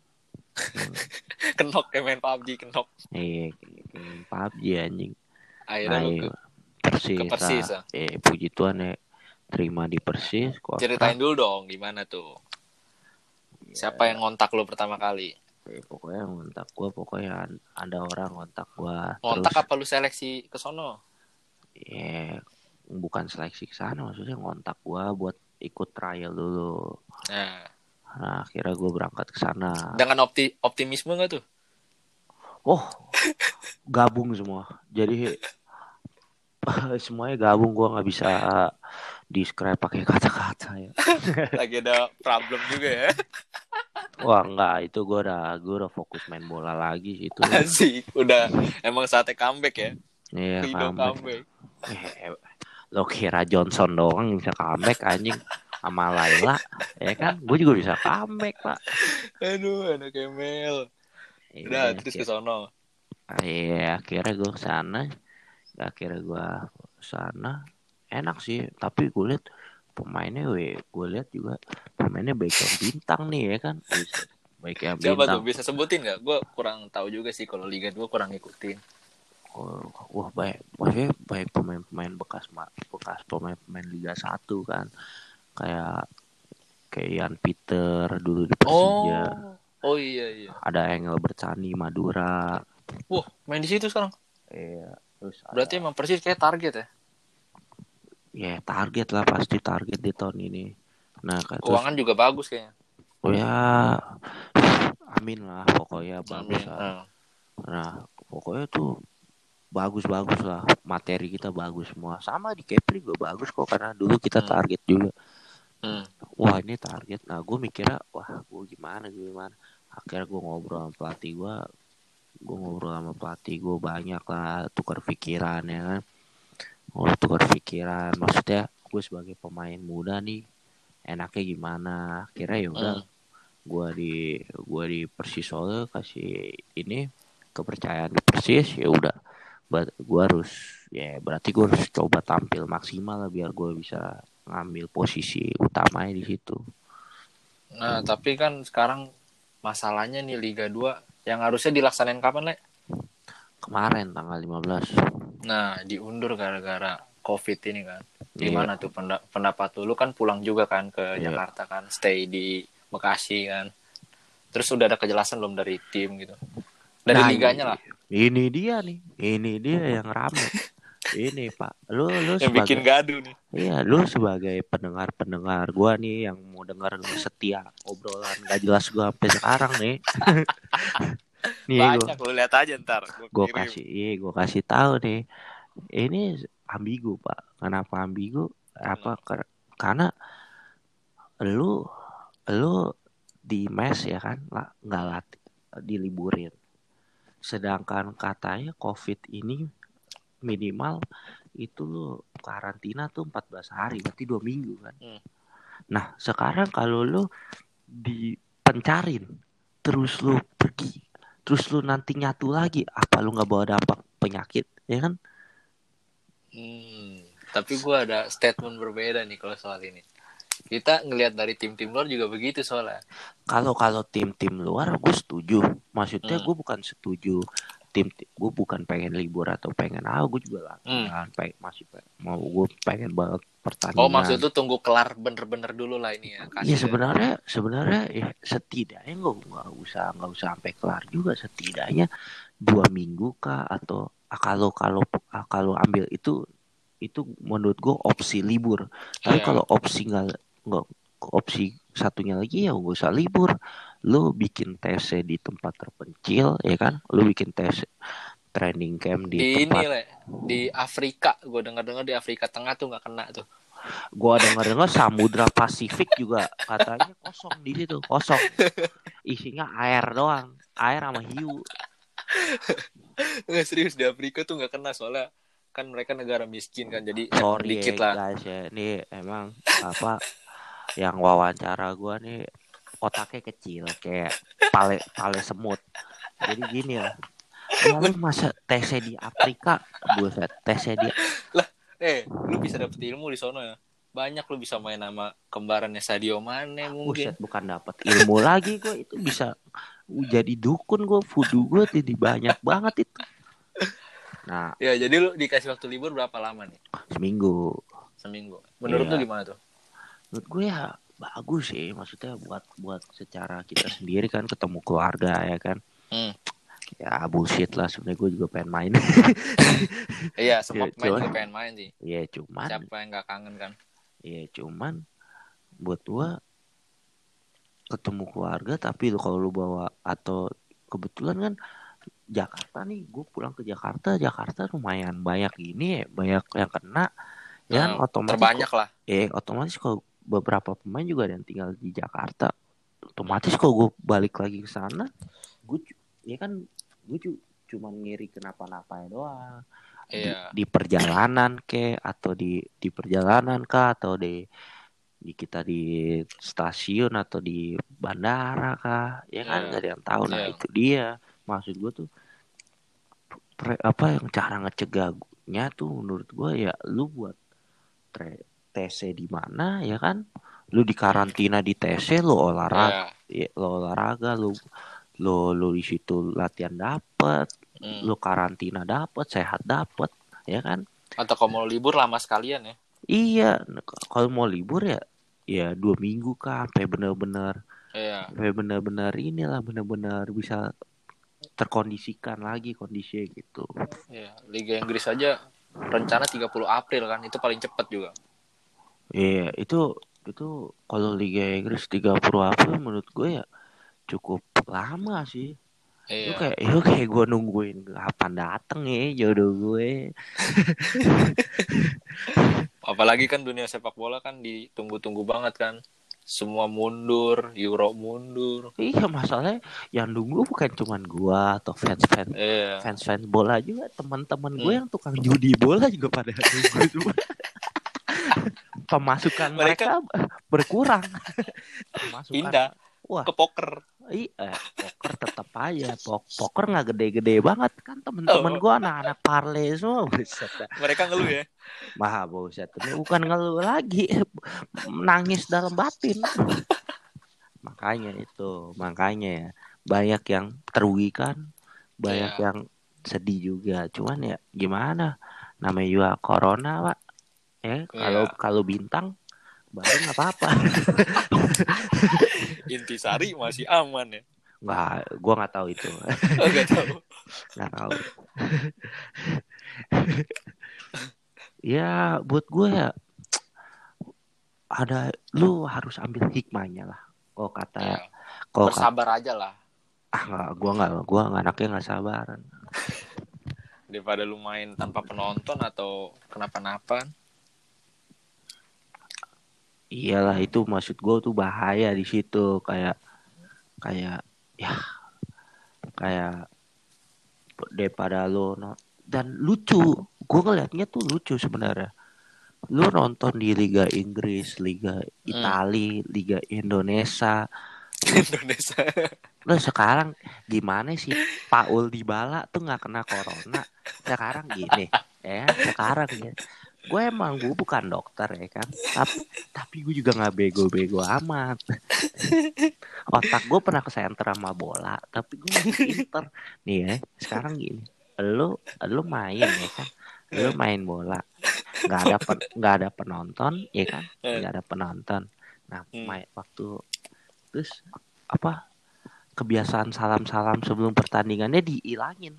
Kenok kayak main P U B G kenok. Iya kayak P U B G anjing. Akhirnya Nah lu iya ke, Persis ke Persis lah. ya. Eh puji Tuhan ya terima di Persis. Kontrak. Ceritain dulu dong gimana tuh. Siapa yang ngontak lu pertama kali? Ya, pokoknya ngontak gue pokoknya ada orang ngontak gue Ngontak terus apa lu seleksi ke sono? ya bukan seleksi ke sana maksudnya ngontak gue buat ikut trial dulu. Nah, Nah akhirnya gue berangkat ke sana. dengan opti optimisme nggak tuh? Oh gabung semua jadi semuanya gabung gue nggak bisa describe pakai kata-kata ya. Lagi ada problem juga ya. Wah enggak itu gue udah gue udah fokus main bola lagi itu. Asik, udah emang saatnya comeback ya. Iya Ridho comeback. comeback. Eh, lo kira Johnson doang yang bisa comeback anjing sama Laila ya kan? Gue juga bisa comeback pak. Aduh, anak Kemel. Udah, Iya, terus ke akhir, sono. iya, akhirnya gue kesana, akhirnya gue kesana, enak sih. Tapi gue lihat pemainnya, we, gue lihat juga pemainnya baik yang bintang nih ya kan, Buset, baik yang Siapa tuh? bintang. Bisa sebutin nggak? Gue kurang tahu juga sih kalau Liga dua kurang ngikutin. Oh, wah baik, maksudnya baik pemain-pemain bekas bekas pemain-pemain Liga satu kan, kayak kayak Ian Peter dulu di Persija, Oh, oh iya iya. ada Engel Bertani Madura, Wah, main di situ sekarang. iya, terus Berarti ada emang Persis kayak target ya? ya target lah pasti target di tahun ini. Nah, kayak terus Keuangan juga bagus kayaknya. oh ya amin lah pokoknya bagus Amin. lah. Hmm. Nah, pokoknya tuh bagus-bagus lah materi kita bagus semua. Sama di Kepri juga bagus kok karena dulu kita Hmm. target juga. Hmm. Wah ini target. Nah gue mikirnya wah gue gimana gimana. Akhirnya gue ngobrol sama pelatih gue. Gue ngobrol sama pelatih gue banyak lah tukar pikiran ya kan. Oh tukar pikiran. Maksudnya gue sebagai pemain muda nih enaknya gimana. Akhirnya ya udah Hmm. gue di gue di Persis Solo kasih ini kepercayaan di Persis ya udah. Gue harus ya berarti gue harus coba tampil maksimal lah biar gue bisa ngambil posisi utamanya di situ. Nah, tapi kan sekarang masalahnya nih Liga dua yang harusnya dilaksanain kapan, Le? Kemarin tanggal lima belas. Nah, diundur gara-gara COVID ini kan. Iya, Gimana tuh pendapat lu? Lu kan pulang juga kan ke iya. Jakarta kan, stay di Bekasi kan. Terus udah ada kejelasan belum dari tim gitu? Dari Nah, liganya lah. ini dia nih. Ini dia yang rame. Ini Pak, lu lu Yang bikin sebagai gaduh nih. iya, lu sebagai pendengar-pendengar gua nih yang mau dengar setia obrolan gak jelas gua sampai sekarang nih. Nih gua Banyak lu lihat aja ntar. Gue gua kirim. kasih iya, gua kasih tahu nih. Ini ambigu, Pak. Kenapa ambigu? Apa Kenapa? Ker- karena lu lu di mes ya kan lah nggak Hmm. latih diliburin. Sedangkan katanya COVID ini minimal itu lu karantina tuh empat belas hari, berarti dua minggu kan. Hmm. Nah, sekarang kalau lu dipencarin, terus lu pergi, terus lu nanti nyatu lagi, apa lu nggak bawa dampak penyakit, ya kan? Hmm. Tapi gue ada statement berbeda nih kalau soal ini. Kita ngelihat dari tim-tim luar juga begitu soalnya. Kalau kalau tim-tim luar, gue setuju. Maksudnya Hmm. gue bukan setuju tim, gue bukan pengen libur atau pengen ah gue juga Hmm. latihan, pengen, masih pengen, mau gue pengen banget Oh, maksud pertandingan. lu tunggu kelar bener-bener dulu lah ini ya Iya kasusnya. sebenarnya sebenarnya eh, setidaknya nggak nggak usah nggak usah sampai kelar juga setidaknya dua minggu kah atau ah, kalau kalau ah, kalau ambil itu itu menurut gue opsi libur. Tapi kalau Iya. opsi nggak nggak opsi satunya lagi ya nggak usah libur. Lu bikin tes di tempat terpencil ya kan? Lu bikin tes training camp di Di ini tempat. le, di Afrika, gue dengar-dengar di Afrika Tengah tuh nggak kena tuh. Gua dengar-dengar Samudra Pasifik juga katanya kosong di situ, kosong. Isinya air doang, air sama hiu. Nggak serius di Afrika tuh nggak kena soalnya kan mereka negara miskin kan jadi emang Sorry ya dikit lah. guys ya, ini emang apa yang wawancara gua nih otaknya kecil kayak pale pale semut. Jadi gini lah, ya lu masa tesnya di Afrika, buset, tesnya di Lah, eh, lu bisa dapet ilmu di sono ya. Banyak lu bisa main sama kembarannya Sadio Mane buset mungkin. bukan dapat ilmu lagi gua itu bisa jadi dukun gua, voodoo gua jadi banyak banget itu. Nah, Ya, jadi lu dikasih waktu libur berapa lama nih? seminggu. Seminggu. Menurut lu Iya, gimana tuh? menurut gue ya bagus sih, maksudnya buat buat secara kita sendiri kan ketemu keluarga ya kan. Hmm. Ya bullshit lah sebenarnya gue juga pengen main. Iya, semua pemain cuman, juga pengen main sih. ya cuman, Siapa yang nggak kangen kan? ya cuman buat gue ketemu keluarga tapi lu kalau lu bawa atau kebetulan kan Jakarta nih, gue pulang ke Jakarta, Jakarta lumayan banyak ini ya, banyak yang kena, ya kan Nah, otomatis terbanyak kok, lah. eh otomatis kalau beberapa pemain juga ada yang tinggal di Jakarta, otomatis kalau gue balik lagi ke sana, gue ya kan gue cu- cuma ngiri kenapa-napa ya doang. di, Iya. di perjalanan ke atau di di perjalanan kah atau di di kita di stasiun atau di bandara kah ya kan Iya. nggak ada yang tahu. Nah Iya. itu dia maksud gue tuh pre- apa yang cara ngecegahnya tuh menurut gue ya lu buat tre- T C di mana ya kan lu di Hmm. karantina di T C lu olahraga Iya. ya, lu olahraga lu lu lu di situ latihan dapet Hmm. lu karantina dapet sehat dapet ya kan. Atau kalau mau libur lama sekalian ya. Iya, kalau mau libur ya, ya dua minggu kah, sampai bener-bener, Iya. sampai bener-bener inilah, bener-bener bisa terkondisikan lagi kondisinya gitu. Iya. Liga Inggris aja rencana tiga puluh April kan, itu paling cepat juga. Iya, itu itu kalau Liga Inggris tiga puluh April menurut gue ya cukup lama sih. Itu Iya. kayak, itu kayak gue nungguin kapan dateng ya jodoh gue. Apalagi kan dunia sepak bola kan ditunggu-tunggu banget kan. Semua mundur, Euro mundur. Iya masalahnya yang nunggu bukan cuman gua atau fans-fans Iya. fans-fans bola juga teman-teman gue Hmm. yang tukang judi bola juga pada nunggu semua. Pemasukan mereka, Mereka berkurang. Pemasukan pindah wah ke poker. iya poker tetap aja Pok- poker nggak gede-gede banget kan temen-temen Oh, gue anak-anak parlay semua buset dah. mereka ngeluh ya. Mah buset ini bukan ngeluh lagi menangis dalam batin. Makanya itu makanya ya banyak yang terugikan banyak Iya. yang sedih juga cuman ya gimana namanya juga corona pak ya kalau Iya. kalau bintang baru nggak apa-apa. Intisari masih aman ya. Nggak gua nggak tahu itu. Oh, nggak tahu. Nggak tahu ya buat gue ya ada lu harus ambil hikmahnya lah kok kata Iya. kok kata Bersabar aja lah. ah nggak gua nggak gua nggak anaknya nggak sabaran. Daripada lu main tanpa penonton atau kenapa-napa. Iyalah itu maksud gue tuh bahaya di situ kayak kayak ya kayak daripada lo no, dan lucu gue ngeliatnya tuh lucu sebenarnya lu nonton di Liga Inggris Liga Italia hmm. Liga Indonesia Indonesia lo sekarang gimana sih Paul Dybala tuh nggak kena corona sekarang gini ya sekarang ya gue emang gue bukan dokter ya kan tapi tapi gue juga nggak bego-bego amat. Otak gue pernah ke center sama bola tapi gue masih pinter nih ya sekarang gini lu lu main ya kan lu main bola nggak ada pen, nggak ada penonton ya kan nggak ada penonton nah main waktu terus apa kebiasaan salam-salam sebelum pertandingannya dihilangin.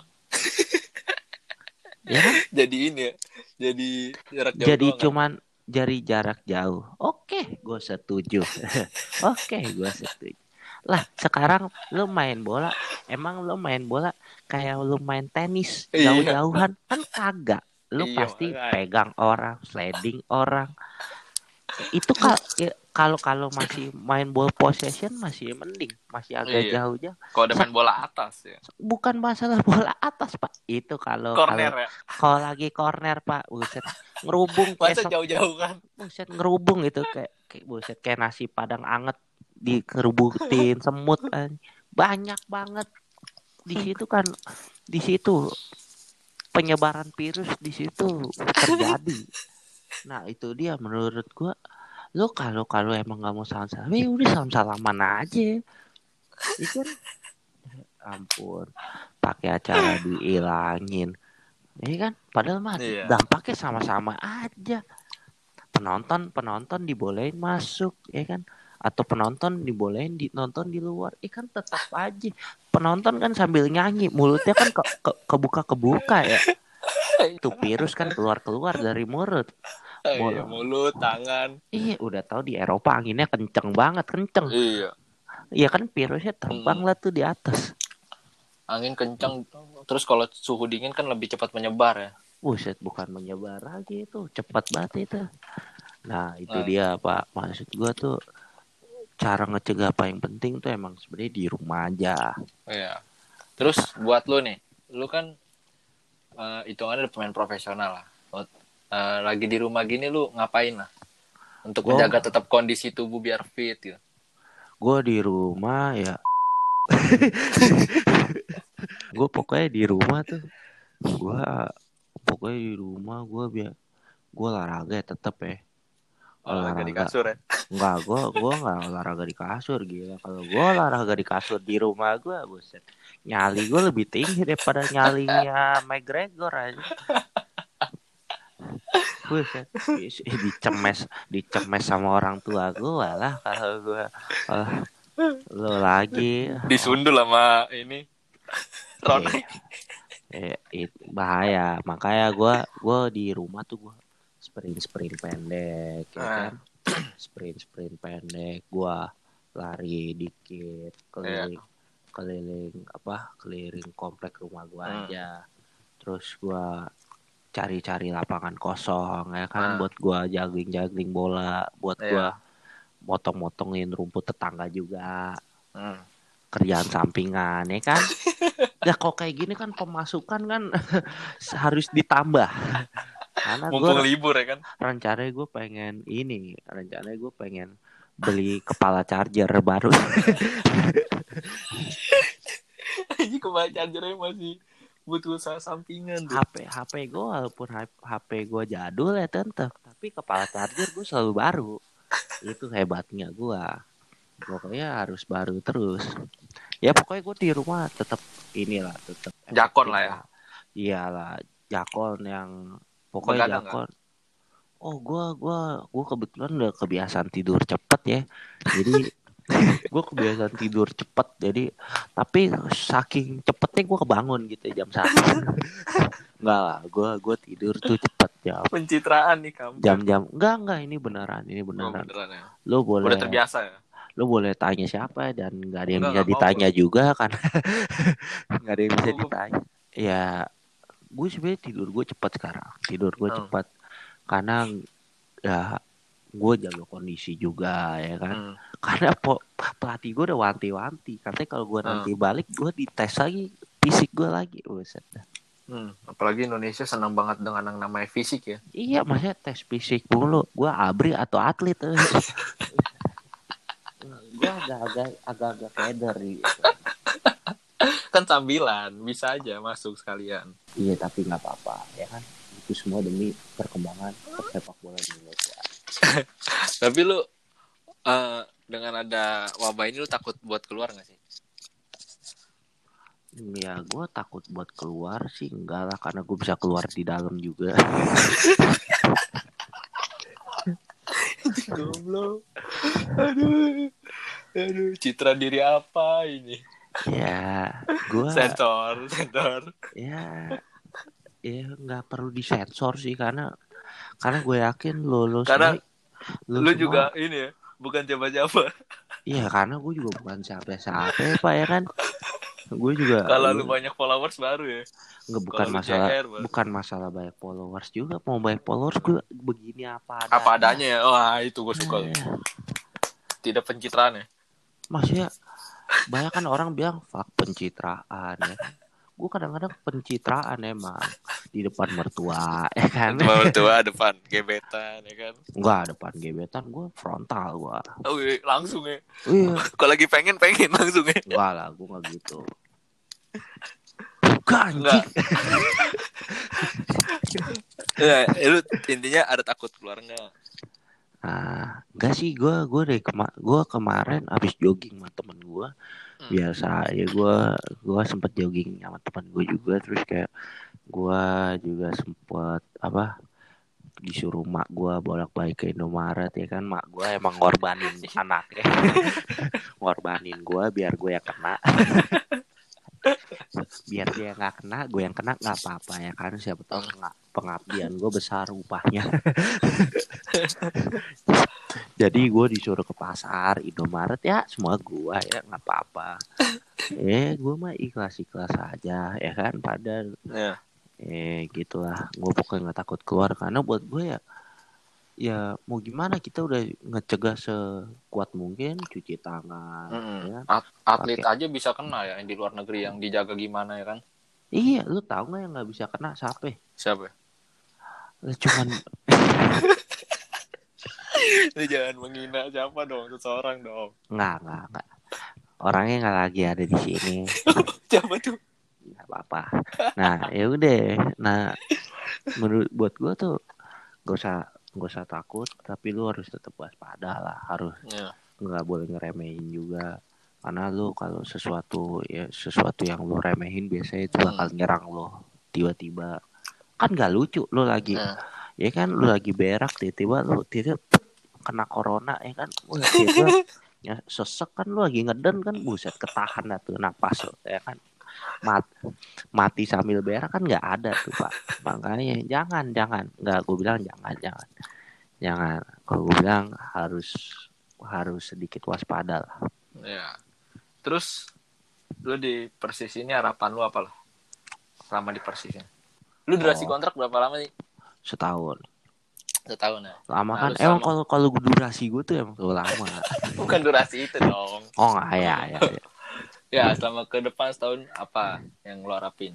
Ya kan? Jadi ini ya. Jadi jarak jauh. Jadi doang, cuman kan? Jari jarak jauh. Oke, gue setuju. Oke, gue setuju. Lah, sekarang lu main bola, emang lu main bola kayak lu main tenis jauh-jauhan kan kagak. Lu iya, pasti makanya. pegang orang, sliding orang. Itu kalau ya, kalau kalau masih main ball possession masih mending, masih agak iya. jauh jauh. Kalau ada main bola atas ya. Bukan masalah bola atas pak, itu kalau corner kalau ya. kalau lagi corner pak, buset ngerubung masa kayak jauh-jauh kan. Buset ngerubung itu kayak kayak buset kayak nasi padang anget dikerubutin semut kan. Banyak banget di situ kan, di situ penyebaran virus di situ terjadi. Nah itu dia menurut gua lo kalau kalau emang nggak mau salam salam ya udah salam salaman aja itu ampun pakai acara diilangin ini kan padahal mah iya. Dampaknya sama-sama aja penonton penonton dibolehin masuk ya kan atau penonton dibolehin di nonton di luar eh kan tetap aja penonton kan sambil nyanyi mulutnya kan ke, ke, kebuka kebuka ya itu virus kan keluar keluar dari mulut. Mulut. Iya, mulut, tangan. Iya, udah tahu di Eropa anginnya kenceng banget, kenceng. Iya. Iya kan virusnya terbang hmm. lah tuh di atas. Angin kenceng, terus kalau suhu dingin kan lebih cepat menyebar ya. Buset, bukan menyebar lagi itu, cepat banget itu. Nah, itu nah. dia Pak, maksud gua tuh cara ngecegah paling penting tuh emang sebenarnya di rumah aja. Iya. Terus nah. buat lu nih, lu kan uh, hitungannya udah pemain profesional lah. Uh, lagi di rumah gini lu ngapain lah? Untuk Gua, menjaga tetap kondisi tubuh biar fit gitu. Gue di rumah ya. Gue pokoknya di rumah tuh. Gue pokoknya di rumah gue biar gue olahraga ya tetep ya. Olahraga di kasur ya? Enggak, gue gue nggak olahraga di kasur gila. Kalau gue olahraga di kasur di rumah gue, buset, nyali gue lebih tinggi daripada nyalinya McGregor aja. Buset, dicemes dicemes sama orang tua gue lah kalau gue uh, lo lagi disundul oh. Sama ini Ronald. Eh, eh, bahaya. Makanya gue gue di rumah tuh gue sprint sprint pendek ya kan. sprint sprint pendek, gua lari dikit keliling yeah. keliling apa keliling komplek rumah gua hmm. aja, terus gua cari-cari lapangan kosong ya kan, hmm. buat gua juggling-juggling bola, buat yeah. gua motong-motongin rumput tetangga juga, hmm. kerjaan sampingan ya kan. Ya kok kayak gini kan pemasukan kan harus ditambah. Karena mumpung libur ya kan. Rencananya gue pengen ini, rencananya gue pengen beli kepala charger baru. Ini kepala chargernya masih butuh usaha sampingan. H P H P gue walaupun H P gue jadul ya tetep, tapi kepala charger gue selalu baru. Itu hebatnya gue. Pokoknya harus baru terus. Ya pokoknya gue di rumah tetap inilah, tetap jakon lah ya. Iyalah, jakon yang pokoknya begadang jakon. Gak? Oh, gue gua gua kebetulan udah kebiasaan tidur cepet ya. Jadi gue kebiasaan tidur cepet. Jadi tapi saking cepetnya gue kebangun gitu jam satu. Enggak lah, gue gue tidur tuh cepet jam. Pencitraan nih kamu. Jam-jam enggak enggak ini beneran, ini beneran. Oh, beneran ya? Lo boleh. Udah terbiasa ya? Lo boleh tanya siapa dan nggak ada yang enggak, bisa ditanya mau. Juga kan. Nggak ada yang bisa oh, ditanya. Ya gue sebenarnya tidur gue cepat sekarang. Tidur gue oh. cepat. Karena ya gue jaga kondisi juga ya kan. Hmm. Karena po, pelatih gue udah wanti-wanti. Katanya kalau gue nanti hmm. balik gue dites lagi fisik gue lagi. Buset. Hmm, apalagi Indonesia senang banget dengan yang namanya fisik ya. Iya, maksudnya tes fisik mulu. Gue abri atau atlet. Gue agak-agak agak-agak keder gitu. Kan sambilan, bisa aja masuk sekalian. Iya, tapi nggak apa-apa ya kan. Itu semua demi perkembangan sepak bola di Indonesia. Tapi lu uh, dengan ada wabah ini lu takut buat keluar nggak sih? Ya gue takut buat keluar sih enggak lah, karena gue bisa keluar di dalam juga. Goblok. Aduh. Aduh, citra diri apa ini? Ya, gue sensor, sensor. Ya, ya nggak perlu disensor sih, karena karena gue yakin lo lo karena semua, lu semua, juga ini ya, bukan siapa-siapa. Iya, karena gue juga bukan siapa-siapa pak ya kan. Gue juga. Kalau lu banyak followers baru ya. Nggak, bukan kalo masalah C R, bukan masalah banyak followers juga. Mau banyak followers gue begini apa adanya. Apa adanya ya. Wah, itu gue suka. Eh. Tidak pencitraan ya. Maksudnya banyak kan orang bilang fuck pencitraan ya. Gue kadang-kadang pencitraan emang di depan mertua ya kan. Depan mertua, depan gebetan ya kan. Enggak, depan gebetan gue frontal gue. Oh iya, langsung ya. Iya. Kalau lagi pengen pengen langsung ya. Enggak lah, gue nggak gitu. Bukan anjing. Ya, lu intinya ada takut keluar nggak? Ah, enggak sih, gue gue dari kema- gue kemarin abis jogging sama temen gue. Hmm. Biasa ya, gue gue sempet jogging sama teman gue juga, terus kayak gue juga sempet apa disuruh mak gue bolak-balik ke Indomaret ya kan. Mak gue emang ngorbanin anaknya, ngorbanin gue biar gue yang kena. Biar dia nggak kena, gue yang kena nggak apa-apa ya kan. Siapa tahu nggak pengabdian gue besar upahnya. Jadi gue disuruh ke pasar Indomaret ya, semua gue ya nggak apa-apa. Eh gue mah ikhlas-ikhlas aja ya kan. Padahal yeah. eh gitulah, gue pokoknya nggak takut keluar, karena buat gue ya ya mau gimana, kita udah ngecegah sekuat mungkin, cuci tangan. Mm-hmm. Ya. At- atlet Pake. Aja bisa kena ya, yang di luar negeri yang dijaga gimana ya kan. Iya, lu tahu nggak yang nggak bisa kena siapa? Siapa? Lu cuman Lu jangan menghina siapa dong, seseorang dong. nggak nggak nggak. Orangnya nggak lagi ada di sini. Siapa tuh? Nggak apa-apa. Nah, ya udah. Nah, menurut buat gua tuh gak usah gak usah takut, tapi lu harus tetap waspada lah. Harus Ya. nggak boleh ngeremehin juga. Karena lu kalau sesuatu ya sesuatu yang lu remehin biasanya itu bakal Hmm. nyerang lo tiba-tiba. Kan gak lucu lu lagi Nah. ya kan lu lagi berak tiba-tiba lu tiba kena corona ya kan. Wah, tiba-tiba ya sesek kan lu lagi ngeden kan buset ketahan dah tuh napas lo ya kan. Mat, mati sambil berak kan nggak ada tuh pak. Makanya jangan jangan nggak gue bilang jangan jangan jangan. Kalau gue bilang harus harus sedikit waspada lah. Ya. Terus lu di Persis ini harapan lu apa lah? Selama di Persis ini. Lu durasi Oh, kontrak berapa lama sih? setahun. Setahun ya. Lama Nah, kan? lu Emang selama kalau kalau durasi gue tuh emang tuh lama. bukan durasi itu dong. Oh nggak ya ya. ya. Ya, selama ke depan setahun apa yang lo harapin?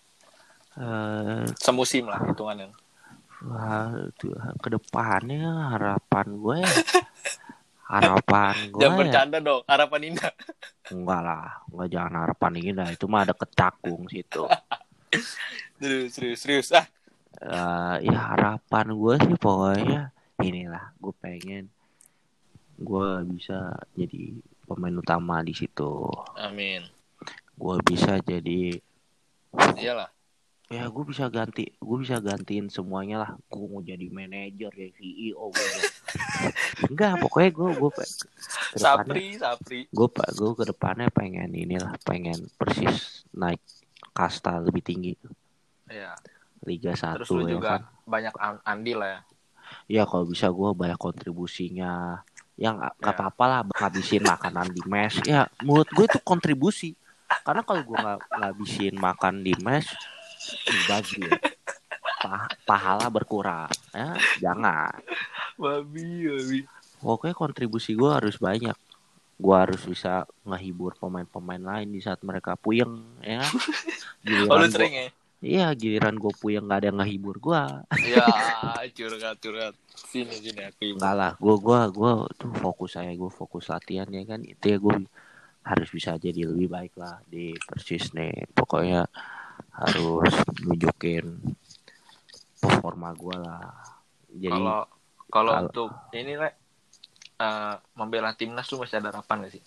Eh, Semusim lah hitungannya. wah, tuh, ke depannya harapan gue ya, harapan gue Jangan ya bercanda dong, harapan indah. enggak lah, enggak jangan harapan ini lah, itu mah ada kecakung situ. Serius, serius, serius. Ah, Eh, ya harapan gue sih pokoknya inilah, gue pengen gue bisa jadi pemain utama di situ. amin. Gue bisa jadi Iyalah. ya gue bisa ganti gue bisa gantiin semuanya lah. Gue mau jadi manajer ya C E O gue enggak pokoknya gue gue kedepannya Sapri, Sapri. gue pak gue kedepannya pengen inilah pengen Persis naik kasta lebih tinggi Iya. Liga Terus satu lu ya juga kan. banyak an- andil lah ya. Ya kalau bisa gue banyak kontribusinya. Ya nggak nggak Ya. apa-apa lah ngabisin makanan di mes. Ya menurut gue itu kontribusi. Karena kalau gue nggak ngabisin makan di mes, mubazir. Pa- pahala berkurang. Ya jangan. Babi, babi. Pokoknya kontribusi gue harus banyak. Gue harus bisa ngehibur pemain-pemain lain di saat mereka puyeng. Ya Oh, lu giliran gue sering ya? iya giliran gue puyeng nggak ada yang ngehibur gue. Ya, curhat, curhat. Sini, sini aku ibu. Enggak lah, gue gua gua tuh fokus saya gue fokus latihan ya kan itu ya gue harus bisa jadi lebih baik lah di Persis nih. Pokoknya harus nunjukin performa gue lah. Jadi Kalau kalau kal- untuk ini Rek, uh, membela timnas lu masih ada harapan gak sih?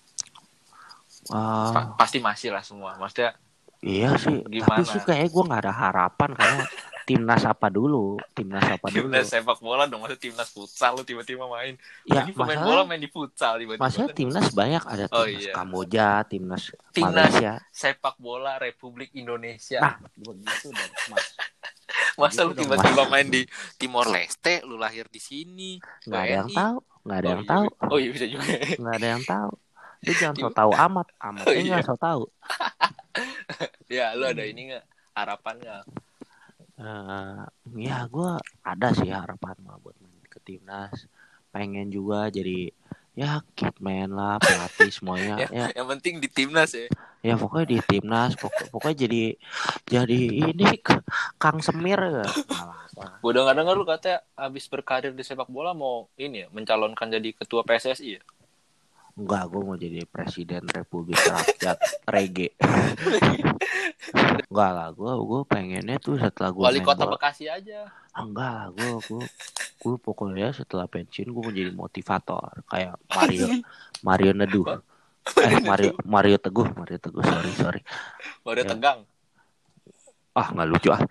ah, Pa- pasti masih lah semua. Maksudnya iya sih, tapi gimana? sih kayaknya gue nggak ada harapan karena timnas apa dulu, timnas apa dulu. Timnas sepak bola dong, maksudnya timnas futsal lu tiba-tiba main. Ya Ini pemain bola masalah, main di futsal tiba-tiba. masalah Kan? timnas banyak ada Oh timnas iya. Kamboja, timnas Timnas Malaysia. sepak bola Republik Indonesia. Nah, begitu dong, Mas. Masa lu Gitu dong, tiba-tiba Mas. main di Timor Leste, lu lahir di sini. Nggak ada yang W N I. tahu, nggak ada Oh, yang iya. tahu, Oh iya bisa juga. nggak ada yang tahu. Lu jangan so Tim- tahu amat, amatnya Oh, iya. nggak so tahu. Ya, lu ada ini nggak? Harapan nggak? Eh, ya gue ada sih harapan mah buat main ke timnas. Pengen juga jadi ya kitman lah, pelatih semuanya. Ya, Ya, yang penting di timnas ya. ya pokoknya di timnas, pokok, pokoknya jadi jadi ini K- Kang Semir ya. Nggak apa-apa. Gue dengar-dengar lu katanya habis berkarir di sepak bola mau ini ya, mencalonkan jadi ketua P S S I ya? Enggak, gue mau jadi presiden Republik Rakyat Rege. Enggak lah, gue gue pengennya tuh setelah gue Wali main kota bola. Bekasi aja. Enggak lah, gue gue gue pokoknya setelah pensiun gue mau jadi motivator kayak Mario Mario Neduh. Eh Mario Mario Teguh, Mario Teguh, sorry sorry. Baru Ya. tegang. Ah nggak lucu ah.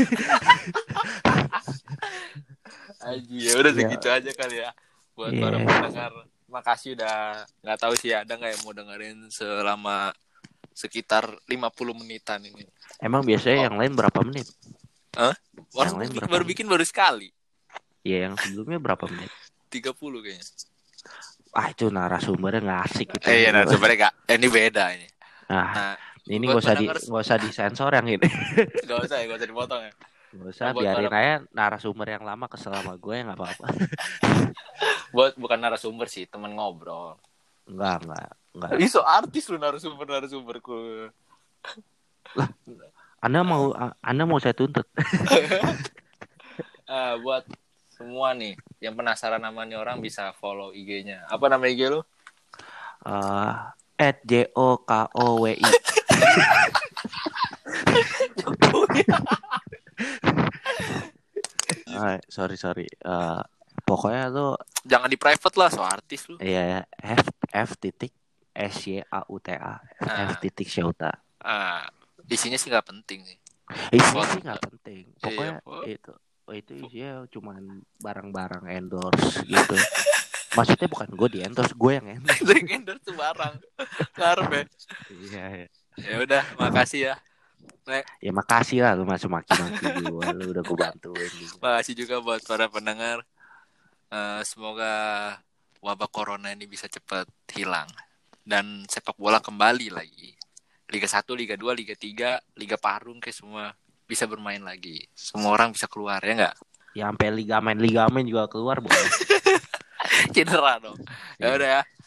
Aji, ya udah Ya. segitu aja kali ya. Buat Iya. para pendengar, makasih udah nggak tahu sih ada nggak yang mau dengerin selama sekitar lima puluh menitan ini. Emang biasanya Oh. yang lain berapa menit? Hah? Baru, Yang lain bi- berapa baru menit? bikin baru sekali. Ya yang sebelumnya berapa menit? tiga puluh kayaknya. Ah itu narasumbernya nggak asik gitu. Eh iya, nah, sebenarnya Kak. Eh, ini beda ini. Nah, Nah, ini buat nggak usah di pendengar- nggak usah disensor yang ini. Gak usah ya, gak usah dipotong ya. Nggak usah, Nah, buat biarin para- aja narasumber yang lama kesel sama gue ya nggak apa-apa. Buat bukan narasumber sih, teman ngobrol. Enggak, enggak, enggak. Ih, so artis lu narasumber narasumberku. Anda mau Anda mau saya tuntut. Ah, buat semua nih yang penasaran sama nih orang bisa follow I G-nya. Apa nama I G lu? Eh, at J O K O W I. Ah, sorry sorry. Eh, pokoknya tuh Jangan di private lah, so artis lu. ya F F titik S Y A U T A Ah, F titik Syauta. ah, isinya sih nggak penting sih. Isinya Foto- sih nggak penting. Iya, Pokoknya po- itu oh, itu isinya cuman barang-barang endorse gitu. Maksudnya bukan gue di endorse, gue yang endorse. itu yang endorse tuh barang. Ngarep ya. Iya, iya. Ya udah, makasih ya. Nek, Ya makasih lah lu masuk maki-maki gue, lu udah gue bantuin juga. makasih juga buat para pendengar. Eh, semoga wabah corona ini bisa cepat hilang dan sepak bola kembali lagi. Liga satu, Liga dua, Liga tiga, Liga Parung kayak semua bisa bermain lagi. Semua orang bisa keluar ya enggak? Ya sampai ligamen ligamen juga keluar boleh. Cedera dong. Ya udah ya.